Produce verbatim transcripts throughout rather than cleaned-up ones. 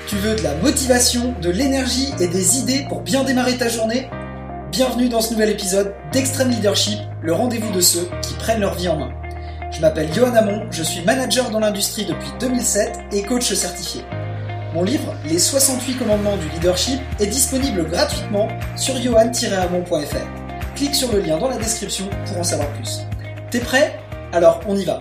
Tu veux de la motivation, de l'énergie et des idées pour bien démarrer ta journée ? Bienvenue dans ce nouvel épisode d'Extreme Leadership, le rendez-vous de ceux qui prennent leur vie en main. Je m'appelle Johan Hamon, je suis manager dans l'industrie depuis deux mille sept et coach certifié. Mon livre, Les soixante-huit commandements du leadership, est disponible gratuitement sur johan tiret hamon point f r. Clique sur le lien dans la description pour en savoir plus. T'es prêt ? Alors on y va.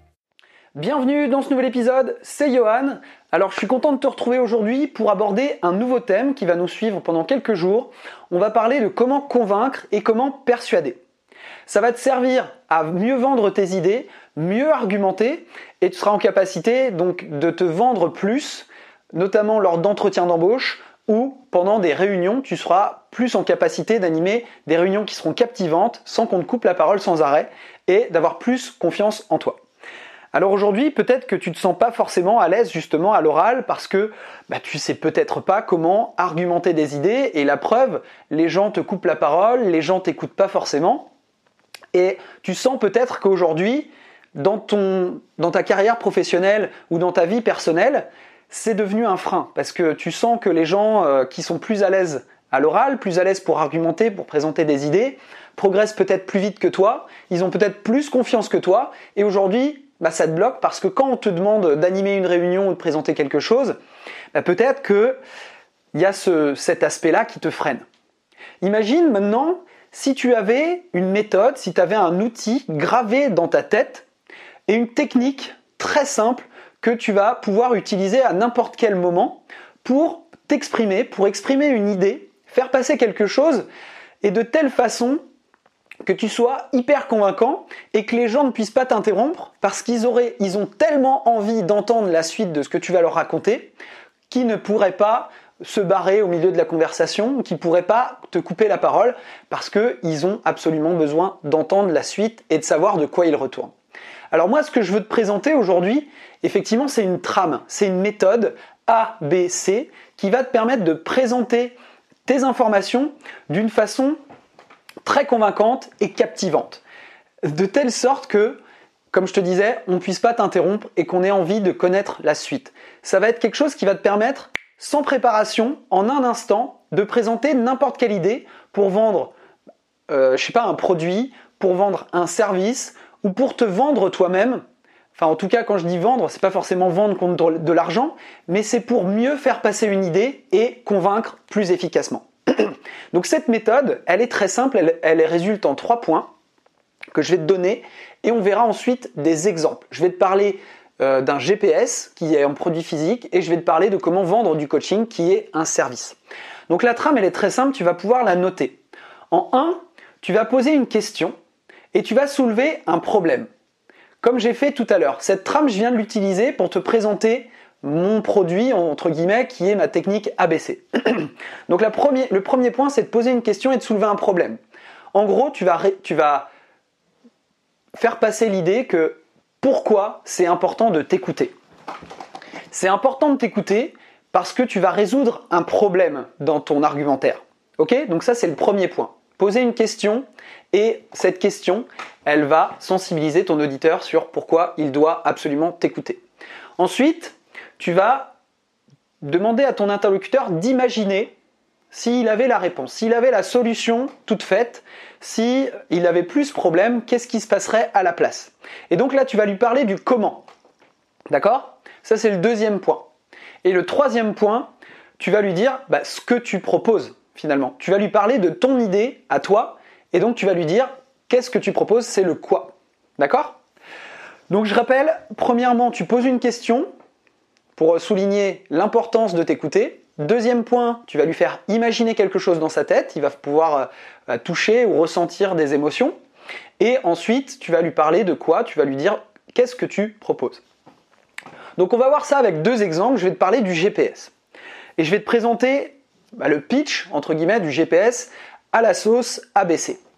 Bienvenue dans ce nouvel épisode, c'est Johan. Alors je suis content de te retrouver aujourd'hui pour aborder un nouveau thème qui va nous suivre pendant quelques jours. On va parler de comment convaincre et comment persuader. Ça va te servir à mieux vendre tes idées, mieux argumenter et tu seras en capacité donc de te vendre plus, notamment lors d'entretiens d'embauche ou pendant des réunions, tu seras plus en capacité d'animer des réunions qui seront captivantes sans qu'on te coupe la parole sans arrêt et d'avoir plus confiance en toi. Alors aujourd'hui, peut-être que tu ne te sens pas forcément à l'aise justement à l'oral parce que bah, tu ne sais peut-être pas comment argumenter des idées et la preuve, les gens te coupent la parole, les gens ne t'écoutent pas forcément et tu sens peut-être qu'aujourd'hui, dans, ton, dans ta carrière professionnelle ou dans ta vie personnelle, c'est devenu un frein parce que tu sens que les gens euh, qui sont plus à l'aise à l'oral, plus à l'aise pour argumenter, pour présenter des idées, progressent peut-être plus vite que toi, ils ont peut-être plus confiance que toi et aujourd'hui, bah, ça te bloque parce que quand on te demande d'animer une réunion ou de présenter quelque chose, bah, peut-être qu'il y a ce, cet aspect-là qui te freine. Imagine maintenant si tu avais une méthode, si tu avais un outil gravé dans ta tête et une technique très simple que tu vas pouvoir utiliser à n'importe quel moment pour t'exprimer, pour exprimer une idée, faire passer quelque chose et de telle façon que tu sois hyper convaincant et que les gens ne puissent pas t'interrompre parce qu'ils auraient, ils ont tellement envie d'entendre la suite de ce que tu vas leur raconter qu'ils ne pourraient pas se barrer au milieu de la conversation, qu'ils ne pourraient pas te couper la parole parce qu'ils ont absolument besoin d'entendre la suite et de savoir de quoi ils retournent. Alors moi, ce que je veux te présenter aujourd'hui, effectivement, c'est une trame, c'est une méthode A B C qui va te permettre de présenter tes informations d'une façon très convaincante et captivante. De telle sorte que, comme je te disais, on ne puisse pas t'interrompre et qu'on ait envie de connaître la suite. Ça va être quelque chose qui va te permettre, sans préparation, en un instant, de présenter n'importe quelle idée pour vendre, euh, je sais pas, un produit, pour vendre un service ou pour te vendre toi-même. Enfin, en tout cas, quand je dis vendre, c'est pas forcément vendre contre de l'argent, mais c'est pour mieux faire passer une idée et convaincre plus efficacement. Donc cette méthode, elle est très simple, elle, elle résulte en trois points que je vais te donner et on verra ensuite des exemples. Je vais te parler euh, d'un G P S qui est un produit physique et je vais te parler de comment vendre du coaching qui est un service. Donc la trame, elle est très simple, tu vas pouvoir la noter. En un, tu vas poser une question et tu vas soulever un problème. Comme j'ai fait tout à l'heure, cette trame, je viens de l'utiliser pour te présenter mon produit, entre guillemets, qui est ma technique A B C. Donc la premier, le premier point, c'est de poser une question et de soulever un problème. En gros, tu vas, tu vas faire passer l'idée que pourquoi c'est important de t'écouter. C'est important de t'écouter parce que tu vas résoudre un problème dans ton argumentaire. Ok ? Donc ça, c'est le premier point. Poser une question et cette question, elle va sensibiliser ton auditeur sur pourquoi il doit absolument t'écouter. Ensuite, tu vas demander à ton interlocuteur d'imaginer s'il avait la réponse, s'il avait la solution toute faite, s'il avait plus de problème, qu'est-ce qui se passerait à la place. Et donc là, tu vas lui parler du comment. D'accord ? Ça, c'est le deuxième point. Et le troisième point, tu vas lui dire bah, ce que tu proposes finalement. Tu vas lui parler de ton idée à toi et donc tu vas lui dire qu'est-ce que tu proposes, c'est le quoi. D'accord ? Donc je rappelle, premièrement, tu poses une question pour souligner l'importance de t'écouter. Deuxième point, tu vas lui faire imaginer quelque chose dans sa tête, il va pouvoir euh, toucher ou ressentir des émotions. Et ensuite, tu vas lui parler de quoi ? Tu vas lui dire qu'est-ce que tu proposes. Donc on va voir ça avec deux exemples. Je vais te parler du G P S. Et je vais te présenter bah, le pitch, entre guillemets, du G P S à la sauce A B C.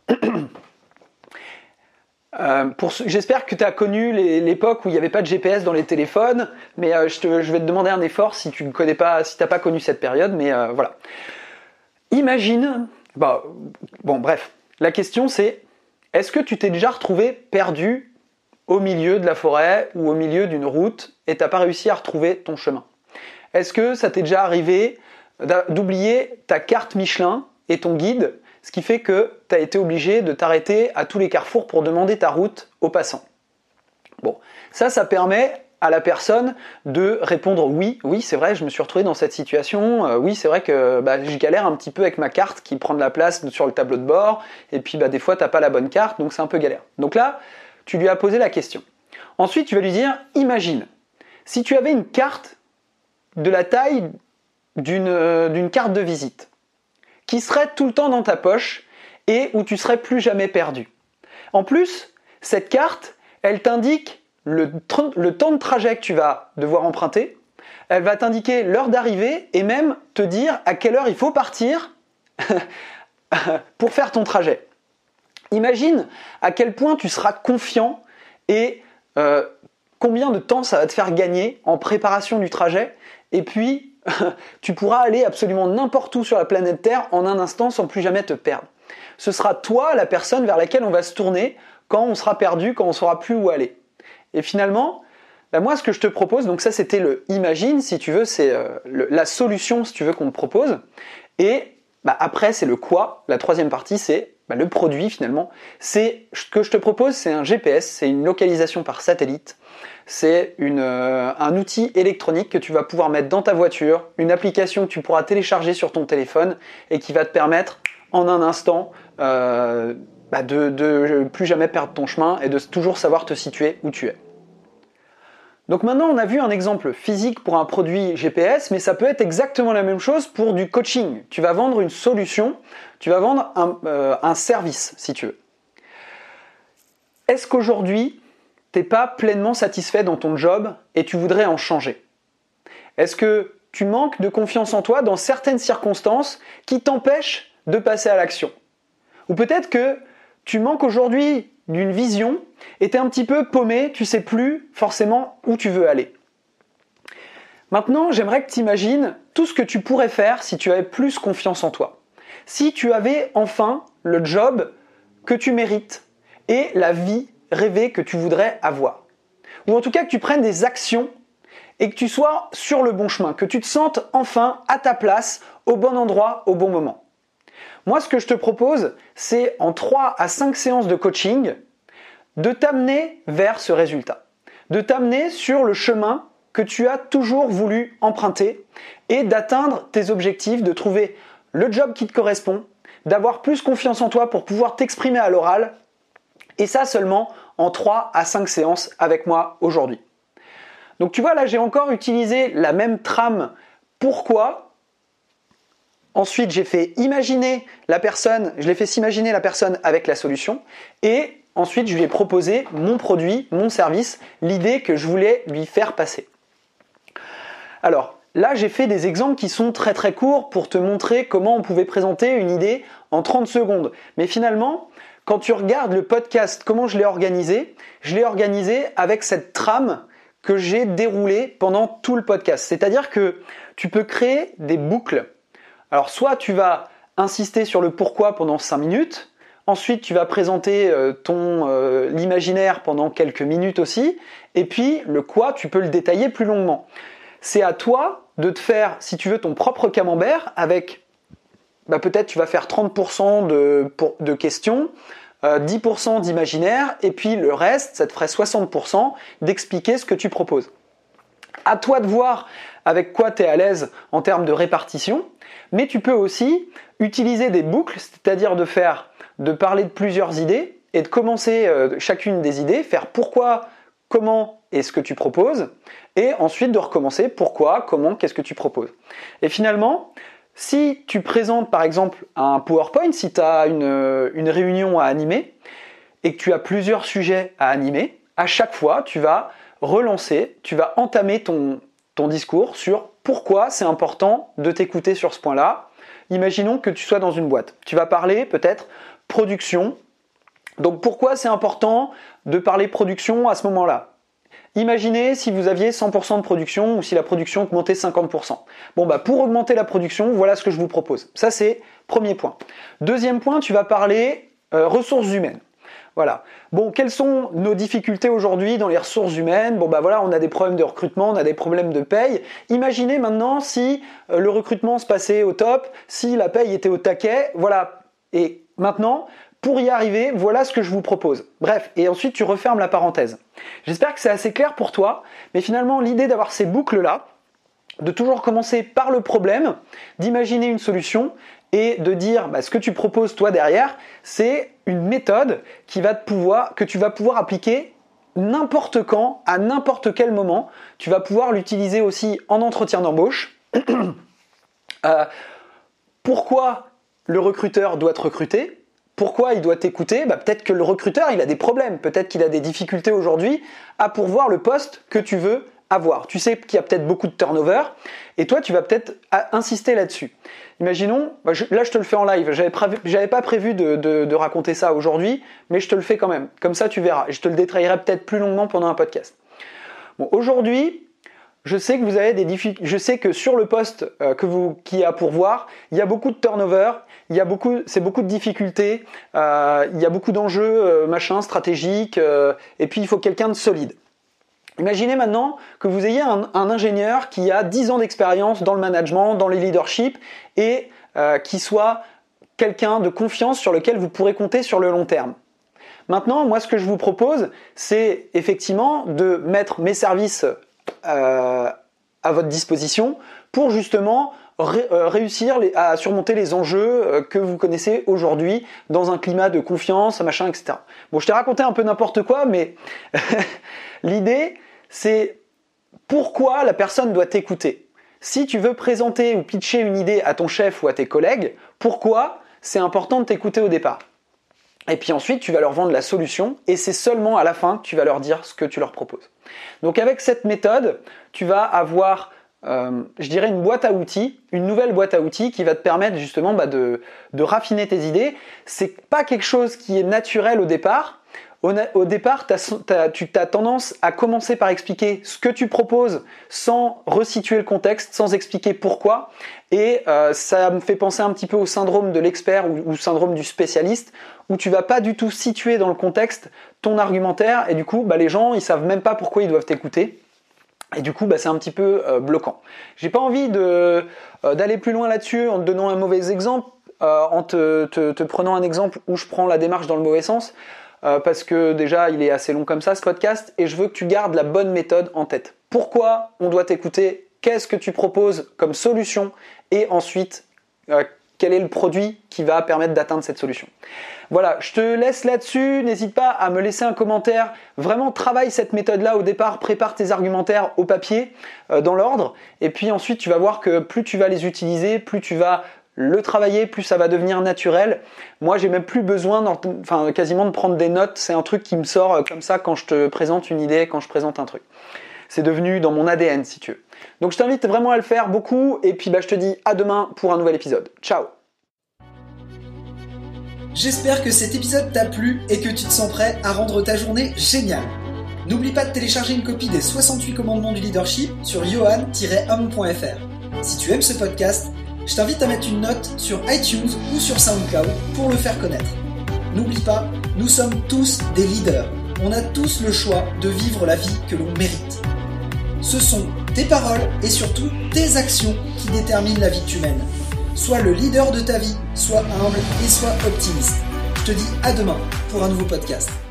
Euh, pour, j'espère que tu as connu les, l'époque où il n'y avait pas de G P S dans les téléphones, mais euh, je, te, je vais te demander un effort si tu ne connais pas, si tu n'as pas connu cette période, mais euh, voilà. Imagine, bah, bon bref, la question c'est, est-ce que tu t'es déjà retrouvé perdu au milieu de la forêt ou au milieu d'une route et tu n'as pas réussi à retrouver ton chemin ? Est-ce que ça t'est déjà arrivé d'oublier ta carte Michelin et ton guide, ce qui fait que tu as été obligé de t'arrêter à tous les carrefours pour demander ta route aux passants? Bon, ça, ça permet à la personne de répondre oui, oui c'est vrai, je me suis retrouvé dans cette situation, euh, oui c'est vrai que bah, je galère un petit peu avec ma carte qui prend de la place sur le tableau de bord, et puis bah, des fois t'as pas la bonne carte, donc c'est un peu galère. Donc là, tu lui as posé la question. Ensuite, tu vas lui dire, imagine, si tu avais une carte de la taille d'une, euh, d'une carte de visite, qui serait tout le temps dans ta poche, et où tu serais plus jamais perdu. En plus, cette carte, elle t'indique Le, tr- le temps de trajet que tu vas devoir emprunter, elle va t'indiquer l'heure d'arrivée et même te dire à quelle heure il faut partir pour faire ton trajet. Imagine à quel point tu seras confiant et euh, combien de temps ça va te faire gagner en préparation du trajet, et puis tu pourras aller absolument n'importe où sur la planète Terre en un instant sans plus jamais te perdre. Ce sera toi la personne vers laquelle on va se tourner quand on sera perdu, quand on ne saura plus où aller. Et finalement, bah moi ce que je te propose, donc ça c'était le imagine, si tu veux, c'est euh, le, la solution si tu veux qu'on te propose. Et bah, après c'est le quoi, la troisième partie c'est bah, le produit finalement. C'est, ce que je te propose c'est un G P S, c'est une localisation par satellite. C'est une, euh, un outil électronique que tu vas pouvoir mettre dans ta voiture, une application que tu pourras télécharger sur ton téléphone et qui va te permettre en un instant euh, Bah de, de plus jamais perdre ton chemin et de toujours savoir te situer où tu es. Donc maintenant on a vu un exemple physique pour un produit G P S, mais ça peut être exactement la même chose pour du coaching. Tu vas vendre une solution, tu vas vendre un, euh, un service si tu veux. Est-ce qu'aujourd'hui tu n'es pas pleinement satisfait dans ton job et tu voudrais en changer? Est-ce que tu manques de confiance en toi dans certaines circonstances qui t'empêchent de passer à l'action? Ou peut-être que tu manques aujourd'hui d'une vision et tu es un petit peu paumé, tu ne sais plus forcément où tu veux aller. Maintenant, j'aimerais que tu imagines tout ce que tu pourrais faire si tu avais plus confiance en toi. Si tu avais enfin le job que tu mérites et la vie rêvée que tu voudrais avoir. Ou en tout cas que tu prennes des actions et que tu sois sur le bon chemin, que tu te sentes enfin à ta place, au bon endroit, au bon moment. Moi, ce que je te propose, c'est en trois à cinq séances de coaching, de t'amener vers ce résultat, de t'amener sur le chemin que tu as toujours voulu emprunter et d'atteindre tes objectifs, de trouver le job qui te correspond, d'avoir plus confiance en toi pour pouvoir t'exprimer à l'oral, et ça seulement en trois à cinq séances avec moi aujourd'hui. Donc tu vois, là j'ai encore utilisé la même trame. Pourquoi ? Ensuite, j'ai fait imaginer la personne, je l'ai fait s'imaginer la personne avec la solution, et ensuite je lui ai proposé mon produit, mon service, l'idée que je voulais lui faire passer. Alors là, j'ai fait des exemples qui sont très très courts pour te montrer comment on pouvait présenter une idée en trente secondes. Mais finalement, quand tu regardes le podcast, comment je l'ai organisé, je l'ai organisé avec cette trame que j'ai déroulée pendant tout le podcast. C'est-à-dire que tu peux créer des boucles. Alors soit tu vas insister sur le pourquoi pendant cinq minutes, ensuite tu vas présenter euh, ton euh, l'imaginaire pendant quelques minutes aussi, et puis le quoi tu peux le détailler plus longuement. C'est à toi de te faire, si tu veux, ton propre camembert avec, bah, peut-être tu vas faire trente pour cent de, pour, de questions, euh, dix pour cent d'imaginaire, et puis le reste, ça te ferait soixante pour cent d'expliquer ce que tu proposes. À toi de voir avec quoi tu es à l'aise en termes de répartition, mais tu peux aussi utiliser des boucles, c'est-à-dire de faire, de parler de plusieurs idées et de commencer euh, chacune des idées, faire pourquoi, comment et ce que tu proposes, et ensuite de recommencer pourquoi, comment, qu'est-ce que tu proposes. Et finalement, si tu présentes par exemple un PowerPoint, si tu as une, une réunion à animer et que tu as plusieurs sujets à animer, à chaque fois tu vas relancer, tu vas entamer ton, ton discours sur pourquoi c'est important de t'écouter sur ce point-là. Imaginons que tu sois dans une boîte. Tu vas parler peut-être production. Donc pourquoi c'est important de parler production à ce moment-là ? Imaginez si vous aviez cent pour cent de production ou si la production augmentait cinquante pour cent. Bon bah pour augmenter la production, voilà ce que je vous propose. Ça c'est premier point. Deuxième point, tu vas parler euh, ressources humaines. Voilà. Bon, quelles sont nos difficultés aujourd'hui dans les ressources humaines? Bon, bah voilà, on a des problèmes de recrutement, on a des problèmes de paye. Imaginez maintenant si euh, le recrutement se passait au top, si la paye était au taquet, voilà. Et maintenant, pour y arriver, voilà ce que je vous propose. Bref, et ensuite tu refermes la parenthèse. J'espère que c'est assez clair pour toi, mais finalement, l'idée d'avoir ces boucles-là, de toujours commencer par le problème, d'imaginer une solution et de dire bah, ce que tu proposes toi derrière, c'est une méthode qui va te pouvoir, que tu vas pouvoir appliquer n'importe quand, à n'importe quel moment. Tu vas pouvoir l'utiliser aussi en entretien d'embauche. euh, pourquoi le recruteur doit te recruter? Pourquoi il doit t'écouter? Bah, peut-être que le recruteur il a des problèmes, peut-être qu'il a des difficultés aujourd'hui à pourvoir le poste que tu veux avoir. Tu sais qu'il y a peut-être beaucoup de turnover et toi tu vas peut-être insister là-dessus. Imaginons, bah je, là je te le fais en live, j'avais, prévu, j'avais pas prévu de, de, de raconter ça aujourd'hui, mais je te le fais quand même, comme ça tu verras, et je te le détaillerai peut-être plus longuement pendant un podcast. Bon, aujourd'hui, je sais que vous avez des difficultés, je sais que sur le poste euh, que vous, qui a à pourvoir, il y a beaucoup de turnover, il y a beaucoup, c'est beaucoup de difficultés, euh, il y a beaucoup d'enjeux euh, machin, stratégiques, euh, et puis il faut quelqu'un de solide. Imaginez maintenant que vous ayez un, un ingénieur qui a dix ans d'expérience dans le management, dans les leaderships et euh, qui soit quelqu'un de confiance sur lequel vous pourrez compter sur le long terme. Maintenant, moi ce que je vous propose, c'est effectivement de mettre mes services euh, à votre disposition pour justement ré, euh, réussir les, à surmonter les enjeux euh, que vous connaissez aujourd'hui dans un climat de confiance, machin, et cetera. Bon, je t'ai raconté un peu n'importe quoi, mais l'idée, c'est pourquoi la personne doit t'écouter. Si tu veux présenter ou pitcher une idée à ton chef ou à tes collègues, pourquoi c'est important de t'écouter au départ. Et puis ensuite, tu vas leur vendre la solution et c'est seulement à la fin que tu vas leur dire ce que tu leur proposes. Donc avec cette méthode, tu vas avoir, euh, je dirais, une boîte à outils, une nouvelle boîte à outils qui va te permettre justement bah, de, de raffiner tes idées. C'est pas quelque chose qui est naturel au départ. Au, au départ, t'as, t'as, tu as tendance à commencer par expliquer ce que tu proposes sans resituer le contexte, sans expliquer pourquoi. Et euh, ça me fait penser un petit peu au syndrome de l'expert ou, ou syndrome du spécialiste, où tu vas pas du tout situer dans le contexte ton argumentaire et du coup, bah, les gens ils savent même pas pourquoi ils doivent t'écouter. Et du coup, bah, c'est un petit peu euh, bloquant. J'ai pas envie de, euh, d'aller plus loin là-dessus en te donnant un mauvais exemple, euh, en te, te, te prenant un exemple où je prends la démarche dans le mauvais sens. Euh, parce que déjà il est assez long comme ça ce podcast et je veux que tu gardes la bonne méthode en tête. Pourquoi on doit t'écouter? Qu'est-ce que tu proposes comme solution? Et ensuite, euh, quel est le produit qui va permettre d'atteindre cette solution? Voilà, je te laisse là-dessus. N'hésite pas à me laisser un commentaire. Vraiment, travaille cette méthode-là au départ. Prépare tes argumentaires au papier, euh, dans l'ordre. Et puis ensuite, tu vas voir que plus tu vas les utiliser, plus tu vas le travailler, plus ça va devenir naturel. Moi, j'ai même plus besoin, enfin, quasiment de prendre des notes. C'est un truc qui me sort comme ça quand je te présente une idée, quand je présente un truc. C'est devenu dans mon A D N, si tu veux. Donc, je t'invite vraiment à le faire beaucoup. Et puis, bah, je te dis à demain pour un nouvel épisode. Ciao! J'espère que cet épisode t'a plu et que tu te sens prêt à rendre ta journée géniale. N'oublie pas de télécharger une copie des soixante-huit commandements du leadership sur johan tiret homme point f r. Si tu aimes ce podcast, je t'invite à mettre une note sur iTunes ou sur SoundCloud pour le faire connaître. N'oublie pas, nous sommes tous des leaders. On a tous le choix de vivre la vie que l'on mérite. Ce sont tes paroles et surtout tes actions qui déterminent la vie que tu mènes. Sois le leader de ta vie, sois humble et sois optimiste. Je te dis à demain pour un nouveau podcast.